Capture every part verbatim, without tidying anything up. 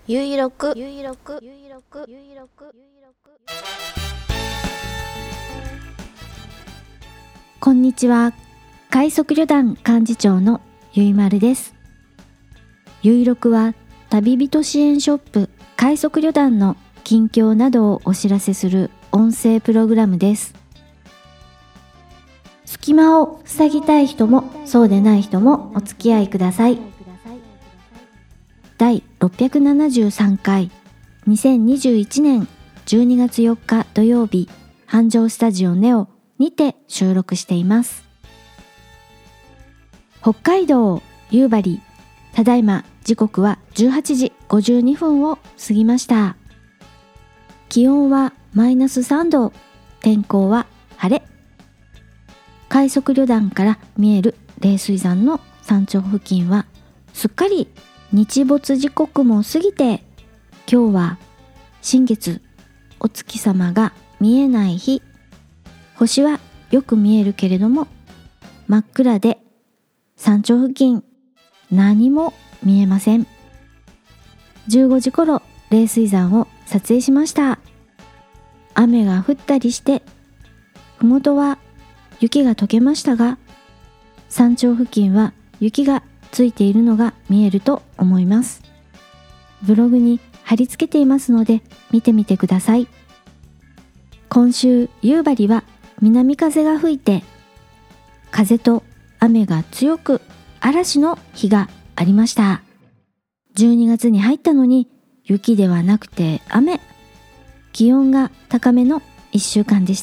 ゆいろくゆいろくゆいろくゆいろくこんにちは。快速旅団幹事長のゆいまるです。ゆいろくは旅人支援ショップ快速旅団の近況などをお知らせする音声プログラムです。隙間を塞ぎたい人もそうでない人もお付き合いください。だいろっぴゃくななじゅうさんかいにせんにじゅういちねんじゅうにがつよっか土曜日、繁盛スタジオネオにて収録しています。北海道夕張、ただいま時刻はじゅうはちじごじゅうにふんを過ぎました。気温はマイナスさんど、天候は晴れ。快速旅団から見える冷水山の山頂付近はすっかり日没時刻も過ぎて、今日は新月、お月様が見えない日。星はよく見えるけれども真っ暗で山頂付近何も見えません。じゅうごじ頃冷水山を撮影しました。雨が降ったりしてふもとは雪が溶けましたが、山頂付近は雪がついているのが見えると思います。ブログに貼り付けていますので見てみてください。今週夕張は南風が吹いて、風と雨が強く嵐の日がありました。じゅうにがつに入ったのに雪ではなくて雨。気温が高めのいっしゅうかんでした。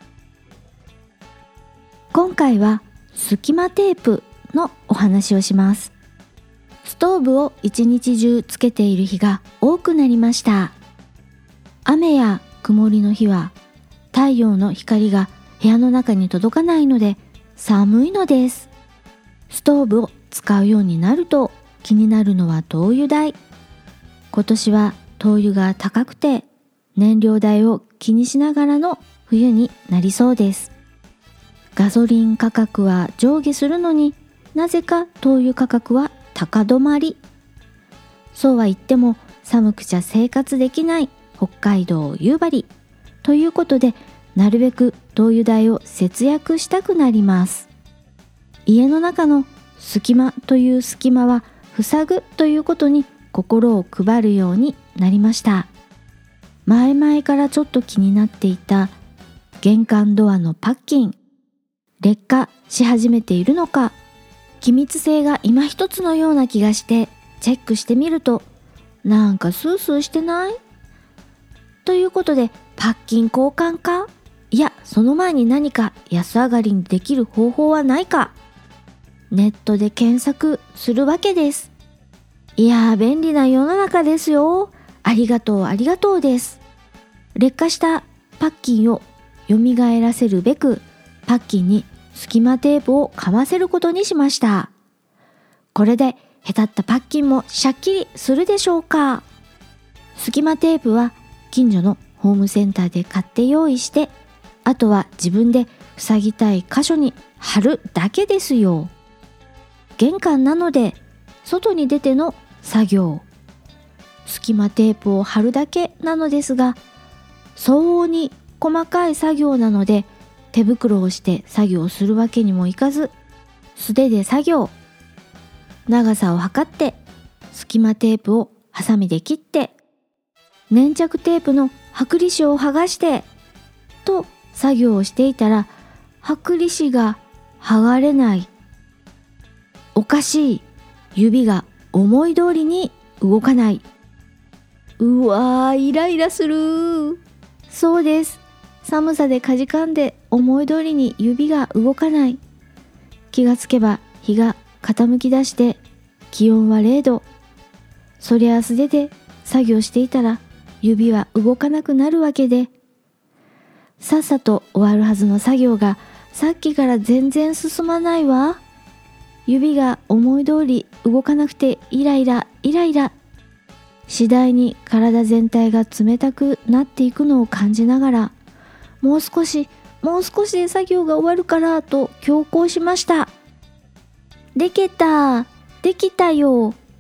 今回は隙間テープのお話をします。ストーブを一日中つけている日が多くなりました。雨や曇りの日は太陽の光が部屋の中に届かないので寒いのです。ストーブを使うようになると気になるのは灯油代。今年は灯油が高くて燃料代を気にしながらの冬になりそうです。ガソリン価格は上下するのになぜか灯油価格は高止まり。そうは言っても寒くちゃ生活できない北海道夕張ということで、なるべく灯油代を節約したくなります。家の中の隙間という隙間は塞ぐということに心を配るようになりました。前々からちょっと気になっていた玄関ドアのパッキン、劣化し始めているのか、気密性が今一つのような気がしてチェックしてみると、なんかスースーしてない？ということでパッキン交換か？いや、その前に何か安上がりにできる方法はないか？ネットで検索するわけです。いやー、便利な世の中ですよ。ありがとうありがとうです。劣化したパッキンを蘇らせるべく、パッキンに隙間テープをかませることにしました。これでへたったパッキンもシャッキリするでしょうか。隙間テープは近所のホームセンターで買って用意して、あとは自分で塞ぎたい箇所に貼るだけですよ。玄関なので外に出ての作業、隙間テープを貼るだけなのですが、相応に細かい作業なので手袋をして作業するわけにもいかず、素手で作業。長さを測って隙間テープをハサミで切って、粘着テープの剥離紙を剥がしてと作業をしていたら、剥離紙が剥がれない。おかしい。指が思い通りに動かない。うわー、イライラする。そうです。寒さでかじかんで思い通りに指が動かない。気がつけば日が傾き出して気温はれいど。そりゃ素手で作業していたら指は動かなくなるわけで、さっさと終わるはずの作業がさっきから全然進まないわ。指が思い通り動かなくてイライライライラ。次第に体全体が冷たくなっていくのを感じながら、もう少しもう少しで作業が終わるからと強行しました。できたできたよ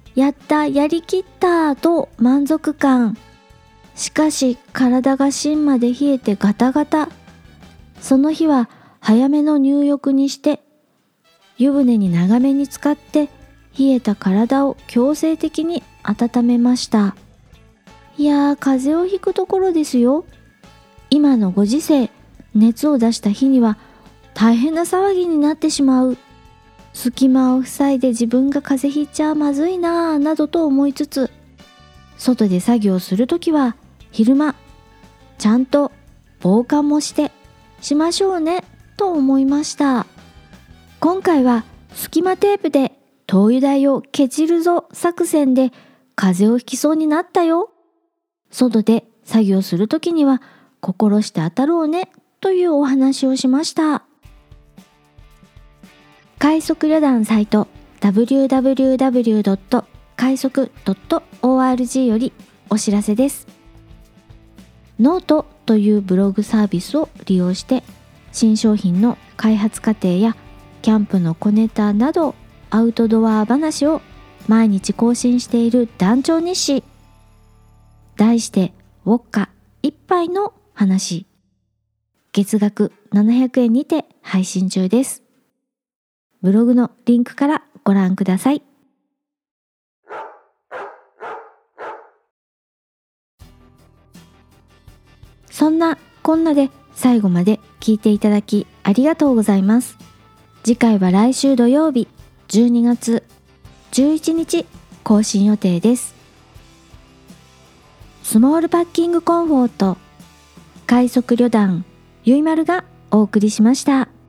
やったやりきったと満足感。しかし体が芯まで冷えてガタガタ。その日は早めの入浴にして湯船に長めに浸かって冷えた体を強制的に温めました。いやー、風邪をひくところですよ。今のご時世、熱を出した日には大変な騒ぎになってしまう。隙間を塞いで自分が風邪ひいちゃまずいなぁなどと思いつつ、外で作業するときは昼間ちゃんと防寒もしてしましょうねと思いました。今回は隙間テープで灯油代をケチるぞ作戦で風邪をひきそうになったよ。外で作業するときには心して当たろうねというお話をしました。快速旅団サイト ダブリューダブリューダブリュードット快速ドットオーアールジー よりお知らせです。ノートというブログサービスを利用して新商品の開発過程やキャンプの小ネタなどアウトドア話を毎日更新している団長日誌。題してウォッカ一杯の話。月額ななひゃくえんにて配信中です。ブログのリンクからご覧ください。そんなこんなで最後まで聞いていただきありがとうございます。次回は来週土曜日じゅうにがつじゅういちにち更新予定です。スモールパッキングコンフォート快速旅団ゆいまるがお送りしました。